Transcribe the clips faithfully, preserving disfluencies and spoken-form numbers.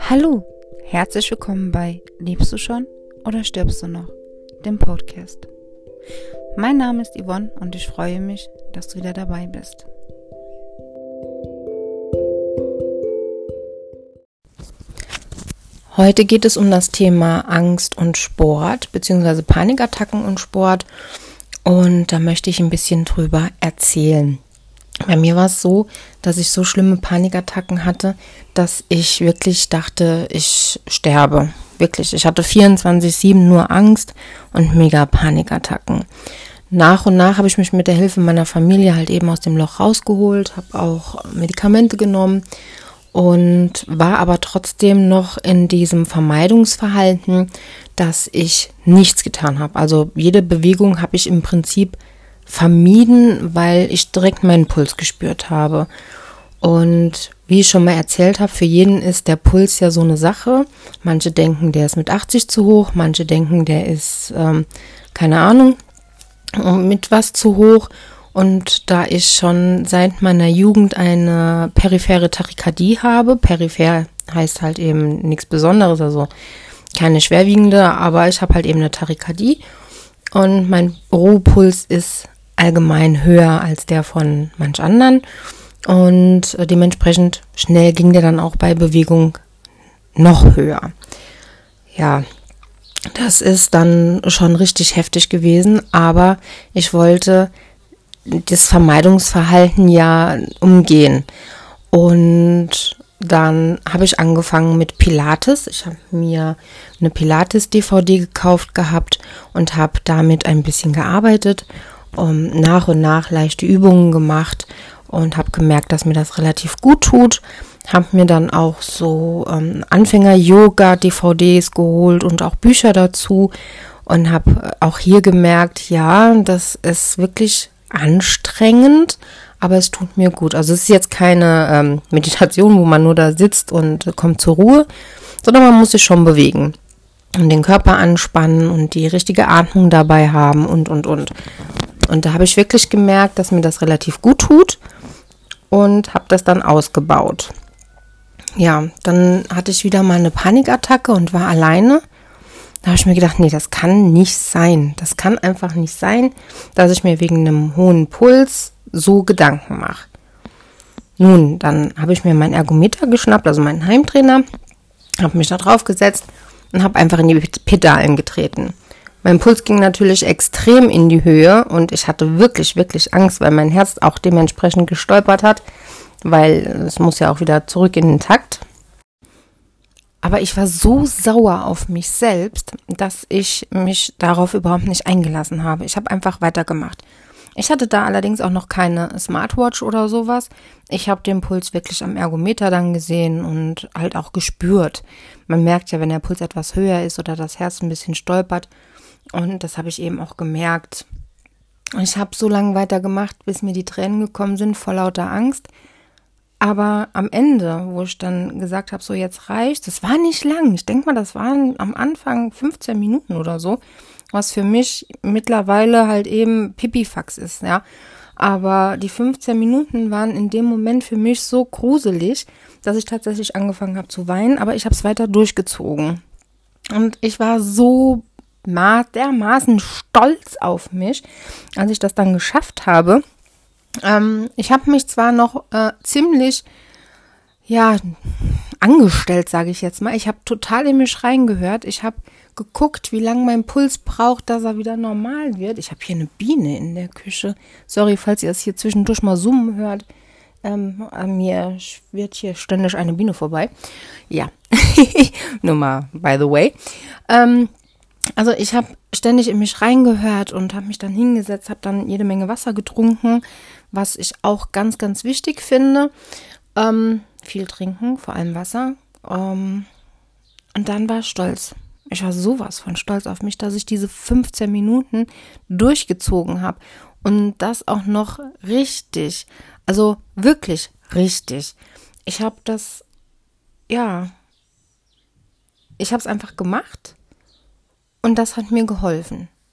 Hallo, herzlich willkommen bei Lebst du schon oder stirbst du noch? Dem Podcast. Mein Name ist Yvonne und ich freue mich, dass du wieder dabei bist. Heute geht es um das Thema Angst und Sport, beziehungsweise Panikattacken und Sport. Und da möchte ich ein bisschen drüber erzählen. Bei mir war es so, dass ich so schlimme Panikattacken hatte, dass ich wirklich dachte, ich sterbe. Wirklich, ich hatte vierundzwanzig sieben nur Angst und mega Panikattacken. Nach und nach habe ich mich mit der Hilfe meiner Familie halt eben aus dem Loch rausgeholt, habe auch Medikamente genommen und war aber trotzdem noch in diesem Vermeidungsverhalten, dass ich nichts getan habe. Also jede Bewegung habe ich im Prinzip vermieden, weil ich direkt meinen Puls gespürt habe. Und wie ich schon mal erzählt habe, für jeden ist der Puls ja so eine Sache. Manche denken, der ist mit achtzig zu hoch, manche denken, der ist, ähm, keine Ahnung, mit was zu hoch. Und da ich schon seit meiner Jugend eine periphere Tachykardie habe, peripher heißt halt eben nichts Besonderes, also keine schwerwiegende, aber ich habe halt eben eine Tachykardie und mein Ruhepuls ist allgemein höher als der von manch anderen und dementsprechend schnell ging der dann auch bei Bewegung noch höher. Ja, das ist dann schon richtig heftig gewesen, aber ich wollte das Vermeidungsverhalten ja umgehen und dann habe ich angefangen mit Pilates. Ich habe mir eine Pilates-D V D gekauft gehabt und habe damit ein bisschen gearbeitet, um nach und nach leichte Übungen gemacht und habe gemerkt, dass mir das relativ gut tut. Habe mir dann auch so ähm, Anfänger-Yoga-D V Ds geholt und auch Bücher dazu und habe auch hier gemerkt, ja, das ist wirklich anstrengend, aber es tut mir gut. Also es ist jetzt keine ähm, Meditation, wo man nur da sitzt und äh, kommt zur Ruhe, sondern man muss sich schon bewegen und den Körper anspannen und die richtige Atmung dabei haben und, und, und. Und da habe ich wirklich gemerkt, dass mir das relativ gut tut und habe das dann ausgebaut. Ja, dann hatte ich wieder mal eine Panikattacke und war alleine. Da habe ich mir gedacht, nee, das kann nicht sein. Das kann einfach nicht sein, dass ich mir wegen einem hohen Puls so Gedanken mache. Nun, dann habe ich mir meinen Ergometer geschnappt, also meinen Heimtrainer, habe mich da drauf gesetzt und habe einfach in die Pedalen getreten. Mein Puls ging natürlich extrem in die Höhe und ich hatte wirklich, wirklich Angst, weil mein Herz auch dementsprechend gestolpert hat, weil es muss ja auch wieder zurück in den Takt. Aber ich war so sauer auf mich selbst, dass ich mich darauf überhaupt nicht eingelassen habe. Ich habe einfach weitergemacht. Ich hatte da allerdings auch noch keine Smartwatch oder sowas. Ich habe den Puls wirklich am Ergometer dann gesehen und halt auch gespürt. Man merkt ja, wenn der Puls etwas höher ist oder das Herz ein bisschen stolpert. Und das habe ich eben auch gemerkt. Ich habe so lange weitergemacht, bis mir die Tränen gekommen sind vor lauter Angst. Aber am Ende, wo ich dann gesagt habe, so jetzt reicht, das war nicht lang. Ich denke mal, das waren am Anfang fünfzehn Minuten oder so, was für mich mittlerweile halt eben Pipifax ist, ja. Aber die fünfzehn Minuten waren in dem Moment für mich so gruselig, dass ich tatsächlich angefangen habe zu weinen, aber ich habe es weiter durchgezogen. Und ich war so dermaßen stolz auf mich, als ich das dann geschafft habe. Ähm, ich habe mich zwar noch äh, ziemlich, ja, angestellt, sage ich jetzt mal. Ich habe total in mich reingehört. Ich habe geguckt, wie lange mein Puls braucht, dass er wieder normal wird. Ich habe hier eine Biene in der Küche. Sorry, falls ihr es hier zwischendurch mal summen hört. Ähm, an mir schwirrt hier ständig eine Biene vorbei. Ja, nur mal by the way. Ähm, also ich habe ständig in mich reingehört und habe mich dann hingesetzt, habe dann jede Menge Wasser getrunken, was ich auch ganz, ganz wichtig finde. Ähm, viel trinken, vor allem Wasser. Ähm, und dann war ich stolz. Ich war sowas von stolz auf mich, dass ich diese fünfzehn Minuten durchgezogen habe. Und das auch noch richtig. Also wirklich richtig. Ich habe das, ja, ich habe es einfach gemacht und das hat mir geholfen.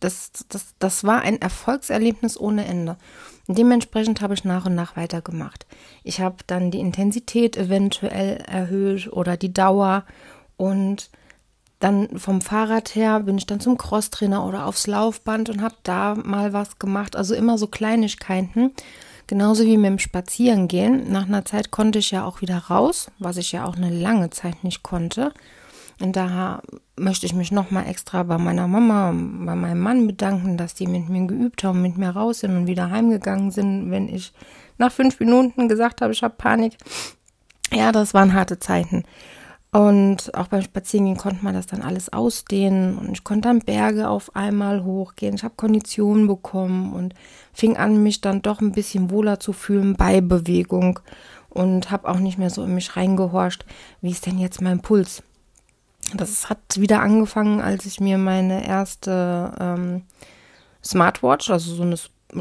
das, das, das war ein Erfolgserlebnis ohne Ende. Und dementsprechend habe ich nach und nach weitergemacht. Ich habe dann die Intensität eventuell erhöht oder die Dauer und dann vom Fahrrad her bin ich dann zum Crosstrainer oder aufs Laufband und habe da mal was gemacht. Also immer so Kleinigkeiten. Genauso wie mit dem Spazierengehen. Nach einer Zeit konnte ich ja auch wieder raus, was ich ja auch eine lange Zeit nicht konnte. Und daher möchte ich mich nochmal extra bei meiner Mama, bei meinem Mann bedanken, dass die mit mir geübt haben, mit mir raus sind und wieder heimgegangen sind, wenn ich nach fünf Minuten gesagt habe, ich habe Panik. Ja, das waren harte Zeiten. Und auch beim Spazierengehen konnte man das dann alles ausdehnen und ich konnte dann Berge auf einmal hochgehen. Ich habe Konditionen bekommen und fing an, mich dann doch ein bisschen wohler zu fühlen bei Bewegung und habe auch nicht mehr so in mich reingehorcht, wie ist denn jetzt mein Puls? Das hat wieder angefangen, als ich mir meine erste ähm, Smartwatch, also so eine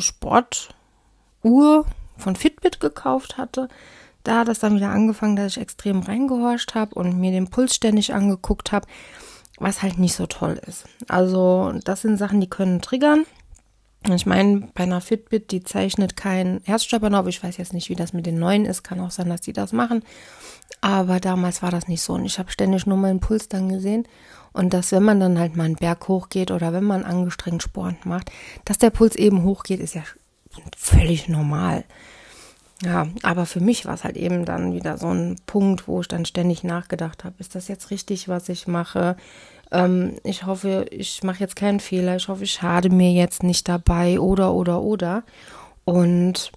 Sportuhr von Fitbit gekauft hatte. Da hat es dann wieder angefangen, dass ich extrem reingehorcht habe und mir den Puls ständig angeguckt habe, was halt nicht so toll ist. Also das sind Sachen, die können triggern. Ich meine, bei einer Fitbit, die zeichnet kein Herzstolpern auf. Ich weiß jetzt nicht, wie das mit den neuen ist. Kann auch sein, dass die das machen. Aber damals war das nicht so. Und ich habe ständig nur meinen Puls dann gesehen. Und dass, wenn man dann halt mal einen Berg hochgeht oder wenn man angestrengt Sport macht, dass der Puls eben hochgeht, ist ja völlig normal. Ja, aber für mich war es halt eben dann wieder so ein Punkt, wo ich dann ständig nachgedacht habe, ist das jetzt richtig, was ich mache? Ähm, ich hoffe, ich mache jetzt keinen Fehler. Ich hoffe, ich schade mir jetzt nicht dabei oder, oder, oder. Und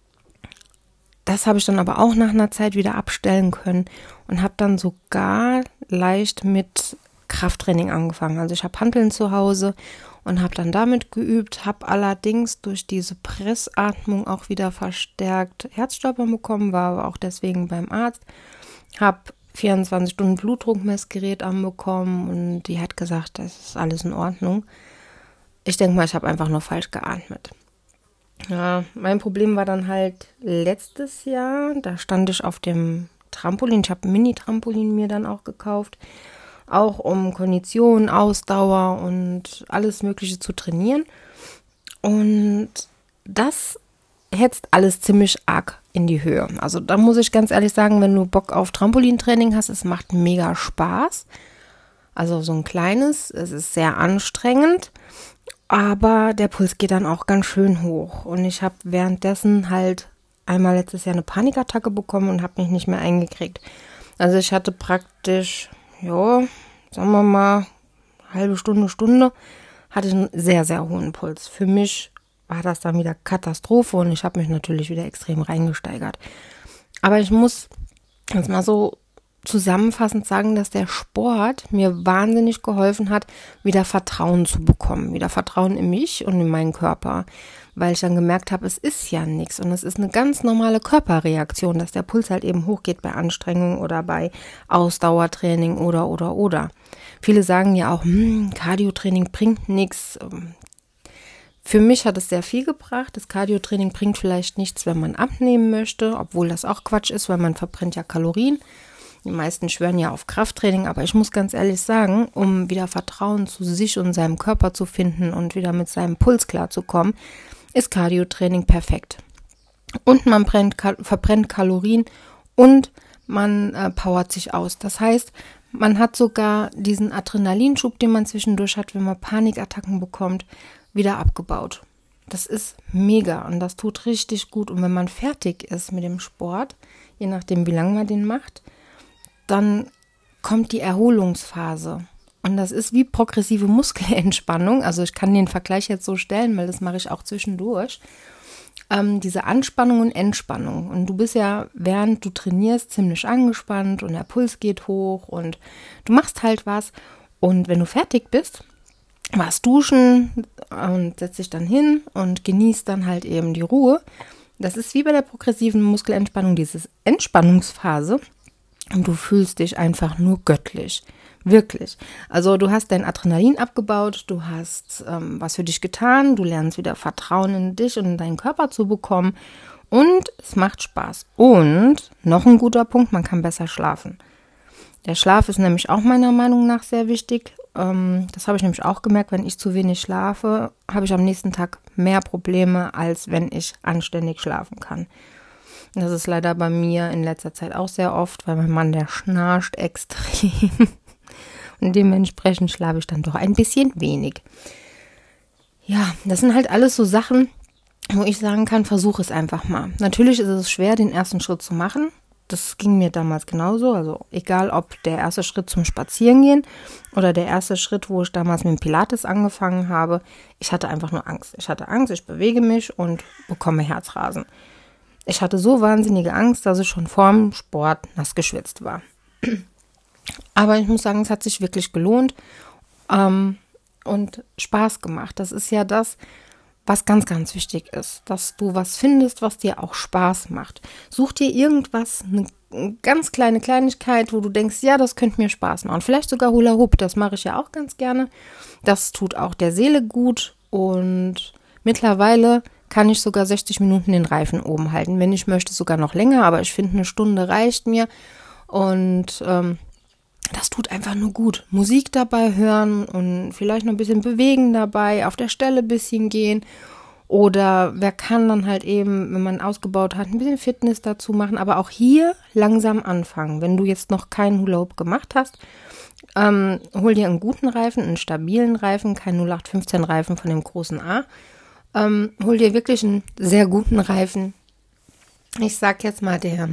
das habe ich dann aber auch nach einer Zeit wieder abstellen können und habe dann sogar leicht mit Krafttraining angefangen. Also ich habe Hanteln zu Hause und habe dann damit geübt, habe allerdings durch diese Pressatmung auch wieder verstärkt Herzstolpern bekommen, war aber auch deswegen beim Arzt, habe vierundzwanzig Stunden Blutdruckmessgerät anbekommen und die hat gesagt, das ist alles in Ordnung. Ich denke mal, ich habe einfach nur falsch geatmet. Ja, mein Problem war dann halt letztes Jahr, da stand ich auf dem Trampolin, ich habe ein Mini-Trampolin mir dann auch gekauft, auch um Kondition, Ausdauer und alles Mögliche zu trainieren. Und das hetzt alles ziemlich arg in die Höhe. Also da muss ich ganz ehrlich sagen, wenn du Bock auf Trampolintraining hast, es macht mega Spaß. Also so ein kleines, es ist sehr anstrengend, aber der Puls geht dann auch ganz schön hoch. Und ich habe währenddessen halt einmal letztes Jahr eine Panikattacke bekommen und habe mich nicht mehr eingekriegt. Also ich hatte praktisch, ja, sagen wir mal, halbe Stunde, Stunde, hatte ich einen sehr, sehr hohen Puls. Für mich war das dann wieder Katastrophe und ich habe mich natürlich wieder extrem reingesteigert. Aber ich muss jetzt mal so zusammenfassend sagen, dass der Sport mir wahnsinnig geholfen hat, wieder Vertrauen zu bekommen, wieder Vertrauen in mich und in meinen Körper, weil ich dann gemerkt habe, es ist ja nichts und es ist eine ganz normale Körperreaktion, dass der Puls halt eben hochgeht bei Anstrengung oder bei Ausdauertraining oder, oder, oder. Viele sagen ja auch, hm, Cardio-Training bringt nichts. Für mich hat es sehr viel gebracht. Das Cardio-Training bringt vielleicht nichts, wenn man abnehmen möchte, obwohl das auch Quatsch ist, weil man verbrennt ja Kalorien. Die meisten schwören ja auf Krafttraining, aber ich muss ganz ehrlich sagen, um wieder Vertrauen zu sich und seinem Körper zu finden und wieder mit seinem Puls klarzukommen, ist Cardio-Training perfekt. Und man brennt, verbrennt Kalorien und man äh, powert sich aus. Das heißt, man hat sogar diesen Adrenalinschub, den man zwischendurch hat, wenn man Panikattacken bekommt, wieder abgebaut. Das ist mega und das tut richtig gut. Und wenn man fertig ist mit dem Sport, je nachdem wie lange man den macht, dann kommt die Erholungsphase. Und das ist wie progressive Muskelentspannung. Also ich kann den Vergleich jetzt so stellen, weil das mache ich auch zwischendurch. Ähm, diese Anspannung und Entspannung. Und du bist ja, während du trainierst, ziemlich angespannt und der Puls geht hoch und du machst halt was. Und wenn du fertig bist, warst duschen und setzt dich dann hin und genießt dann halt eben die Ruhe. Das ist wie bei der progressiven Muskelentspannung, diese Entspannungsphase. Und du fühlst dich einfach nur göttlich. Wirklich. Also du hast dein Adrenalin abgebaut, du hast ähm, was für dich getan, du lernst wieder Vertrauen in dich und in deinen Körper zu bekommen und es macht Spaß. Und noch ein guter Punkt, man kann besser schlafen. Der Schlaf ist nämlich auch meiner Meinung nach sehr wichtig. Ähm, das habe ich nämlich auch gemerkt, wenn ich zu wenig schlafe, habe ich am nächsten Tag mehr Probleme, als wenn ich anständig schlafen kann. Das ist leider bei mir in letzter Zeit auch sehr oft, weil mein Mann, der schnarcht extrem. Und dementsprechend schlafe ich dann doch ein bisschen wenig. Ja, das sind halt alles so Sachen, wo ich sagen kann, versuche es einfach mal. Natürlich ist es schwer, den ersten Schritt zu machen. Das ging mir damals genauso. Also egal, ob der erste Schritt zum Spazierengehen oder der erste Schritt, wo ich damals mit dem Pilates angefangen habe. Ich hatte einfach nur Angst. Ich hatte Angst, ich bewege mich und bekomme Herzrasen. Ich hatte so wahnsinnige Angst, dass ich schon vorm Sport nass geschwitzt war. Aber ich muss sagen, es hat sich wirklich gelohnt ähm, und Spaß gemacht. Das ist ja das, was ganz, ganz wichtig ist, dass du was findest, was dir auch Spaß macht. Such dir irgendwas, eine ganz kleine Kleinigkeit, wo du denkst, ja, das könnte mir Spaß machen. Vielleicht sogar Hula Hoop, das mache ich ja auch ganz gerne. Das tut auch der Seele gut und mittlerweile kann ich sogar sechzig Minuten den Reifen oben halten. Wenn ich möchte, sogar noch länger, aber ich finde, eine Stunde reicht mir und ähm, das tut einfach nur gut. Musik dabei hören und vielleicht noch ein bisschen bewegen dabei, auf der Stelle ein bisschen gehen. Oder wer kann dann halt eben, wenn man ausgebaut hat, ein bisschen Fitness dazu machen. Aber auch hier langsam anfangen. Wenn du jetzt noch keinen Hula Hoop gemacht hast, ähm, hol dir einen guten Reifen, einen stabilen Reifen, keinen null acht fünfzehn Reifen von dem großen A. Ähm, hol dir wirklich einen sehr guten Reifen. Ich sag jetzt mal der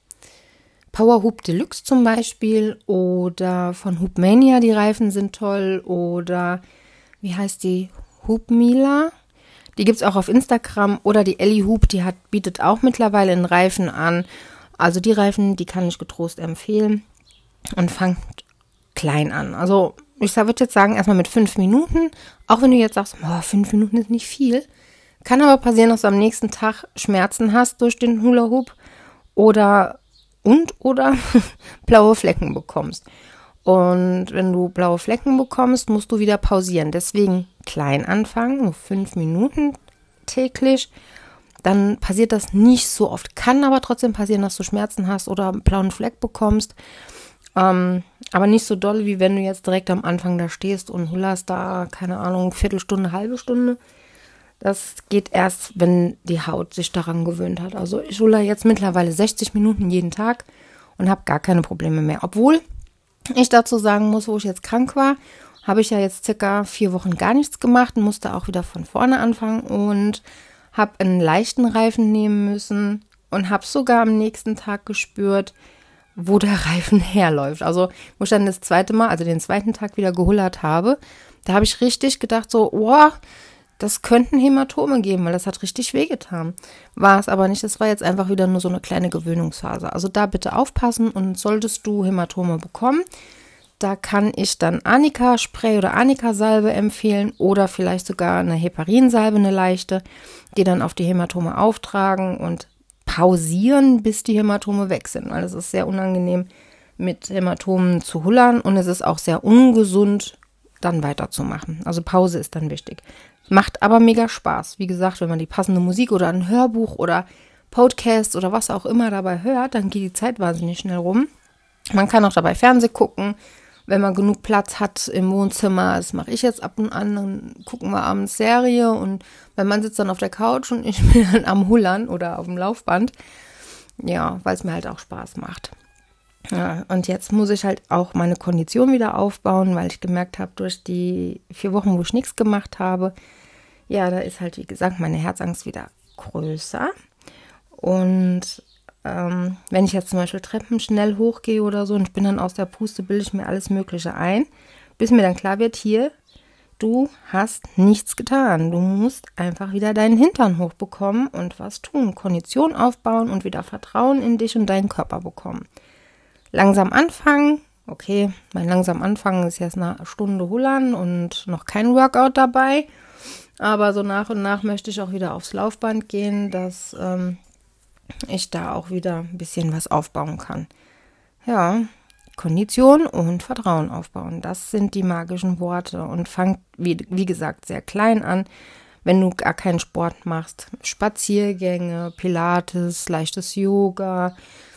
Power Hoop Deluxe zum Beispiel oder von Hoopmania, die Reifen sind toll, oder wie heißt die, Hoopmila, die gibt es auch auf Instagram, oder die Ellie Hoop, die hat, bietet auch mittlerweile einen Reifen an, also die Reifen, die kann ich getrost empfehlen und fangt klein an, also ich würde jetzt sagen, erstmal mit fünf Minuten, auch wenn du jetzt sagst, oh, fünf Minuten ist nicht viel, kann aber passieren, dass du am nächsten Tag Schmerzen hast durch den Hula Hoop oder und oder blaue Flecken bekommst. Und wenn du blaue Flecken bekommst, musst du wieder pausieren. Deswegen klein anfangen, nur fünf Minuten täglich. Dann passiert das nicht so oft. Kann aber trotzdem passieren, dass du Schmerzen hast oder einen blauen Fleck bekommst. Ähm, aber nicht so doll, wie wenn du jetzt direkt am Anfang da stehst und hullerst da, keine Ahnung, Viertelstunde, halbe Stunde. Das geht erst, wenn die Haut sich daran gewöhnt hat. Also ich hole jetzt mittlerweile sechzig Minuten jeden Tag und habe gar keine Probleme mehr. Obwohl ich dazu sagen muss, wo ich jetzt krank war, habe ich ja jetzt circa vier Wochen gar nichts gemacht und musste auch wieder von vorne anfangen und habe einen leichten Reifen nehmen müssen und habe sogar am nächsten Tag gespürt, wo der Reifen herläuft. Also wo ich dann das zweite Mal, also den zweiten Tag wieder gehullert habe, da habe ich richtig gedacht so, oh, das könnten Hämatome geben, weil das hat richtig wehgetan. War es aber nicht, das war jetzt einfach wieder nur so eine kleine Gewöhnungsphase. Also da bitte aufpassen und solltest du Hämatome bekommen, da kann ich dann Arnika-Spray oder Arnika-Salbe empfehlen oder vielleicht sogar eine Heparin-Salbe, eine leichte, die dann auf die Hämatome auftragen und pausieren, bis die Hämatome weg sind, weil es ist sehr unangenehm, mit Hämatomen zu hullern und es ist auch sehr ungesund, dann weiterzumachen. Also Pause ist dann wichtig. Macht aber mega Spaß. Wie gesagt, wenn man die passende Musik oder ein Hörbuch oder Podcast oder was auch immer dabei hört, dann geht die Zeit wahnsinnig schnell rum. Man kann auch dabei Fernsehen gucken, wenn man genug Platz hat im Wohnzimmer. Das mache ich jetzt ab und an. Dann gucken wir abends Serie und mein Mann sitzt dann auf der Couch und ich bin dann am Hullern oder auf dem Laufband. Ja, weil es mir halt auch Spaß macht. Ja, und jetzt muss ich halt auch meine Kondition wieder aufbauen, weil ich gemerkt habe, durch die vier Wochen, wo ich nichts gemacht habe, ja, da ist halt, wie gesagt, meine Herzangst wieder größer. Und ähm, wenn ich jetzt zum Beispiel Treppen schnell hochgehe oder so und ich bin dann aus der Puste, bilde ich mir alles Mögliche ein, bis mir dann klar wird, hier, du hast nichts getan. Du musst einfach wieder deinen Hintern hochbekommen und was tun, Kondition aufbauen und wieder Vertrauen in dich und deinen Körper bekommen. Langsam anfangen, okay, mein langsam anfangen ist jetzt eine Stunde Hullern und noch kein Workout dabei, aber so nach und nach möchte ich auch wieder aufs Laufband gehen, dass ähm, ich da auch wieder ein bisschen was aufbauen kann. Ja, Kondition und Vertrauen aufbauen, das sind die magischen Worte und fangt, wie, wie gesagt, sehr klein an, wenn du gar keinen Sport machst. Spaziergänge, Pilates, leichtes Yoga,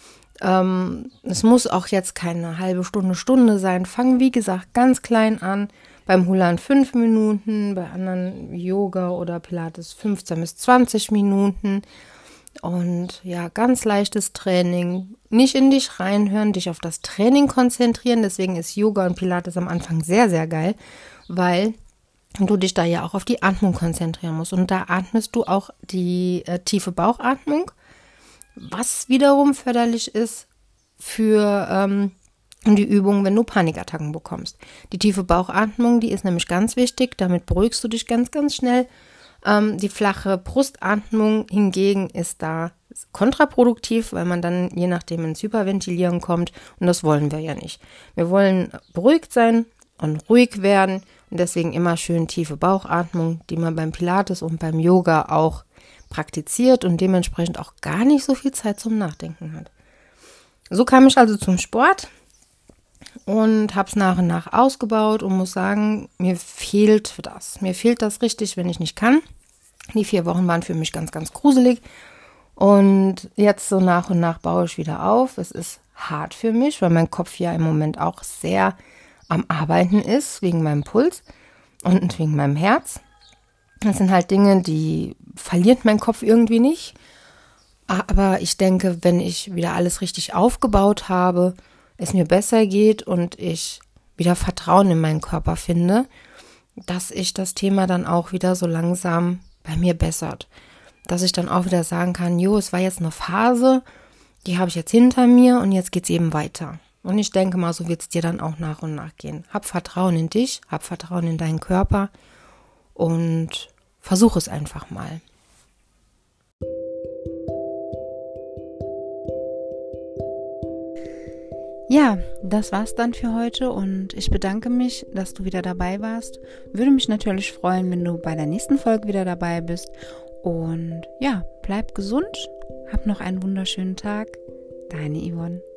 Ähm, es muss auch jetzt keine halbe Stunde, Stunde sein. Fang, wie gesagt, ganz klein an. Beim Hulan fünf Minuten, bei anderen Yoga oder Pilates fünfzehn bis zwanzig Minuten. Und ja, ganz leichtes Training. Nicht in dich reinhören, dich auf das Training konzentrieren. Deswegen ist Yoga und Pilates am Anfang sehr, sehr geil, weil du dich da ja auch auf die Atmung konzentrieren musst. Und da atmest du auch die äh, tiefe Bauchatmung, was wiederum förderlich ist für ähm, die Übung, wenn du Panikattacken bekommst. Die tiefe Bauchatmung, die ist nämlich ganz wichtig. Damit beruhigst du dich ganz, ganz schnell. Ähm, die flache Brustatmung hingegen ist da kontraproduktiv, weil man dann je nachdem ins Hyperventilieren kommt. Und das wollen wir ja nicht. Wir wollen beruhigt sein und ruhig werden. Und deswegen immer schön tiefe Bauchatmung, die man beim Pilates und beim Yoga auch praktiziert und dementsprechend auch gar nicht so viel Zeit zum Nachdenken hat. So kam ich also zum Sport und habe es nach und nach ausgebaut und muss sagen, mir fehlt das. Mir fehlt das richtig, wenn ich nicht kann. Die vier Wochen waren für mich ganz, ganz gruselig und jetzt so nach und nach baue ich wieder auf. Es ist hart für mich, weil mein Kopf ja im Moment auch sehr am Arbeiten ist, wegen meinem Puls und wegen meinem Herz. Das sind halt Dinge, die verliert mein Kopf irgendwie nicht. Aber ich denke, wenn ich wieder alles richtig aufgebaut habe, es mir besser geht und ich wieder Vertrauen in meinen Körper finde, dass ich das Thema dann auch wieder so langsam bei mir bessert. Dass ich dann auch wieder sagen kann, jo, es war jetzt eine Phase, die habe ich jetzt hinter mir und jetzt geht's eben weiter. Und ich denke mal, so wird es dir dann auch nach und nach gehen. Hab Vertrauen in dich, hab Vertrauen in deinen Körper und versuch es einfach mal. Ja, das war's dann für heute und ich bedanke mich, dass du wieder dabei warst. Würde mich natürlich freuen, wenn du bei der nächsten Folge wieder dabei bist. Und ja, bleib gesund, hab noch einen wunderschönen Tag. Deine Yvonne.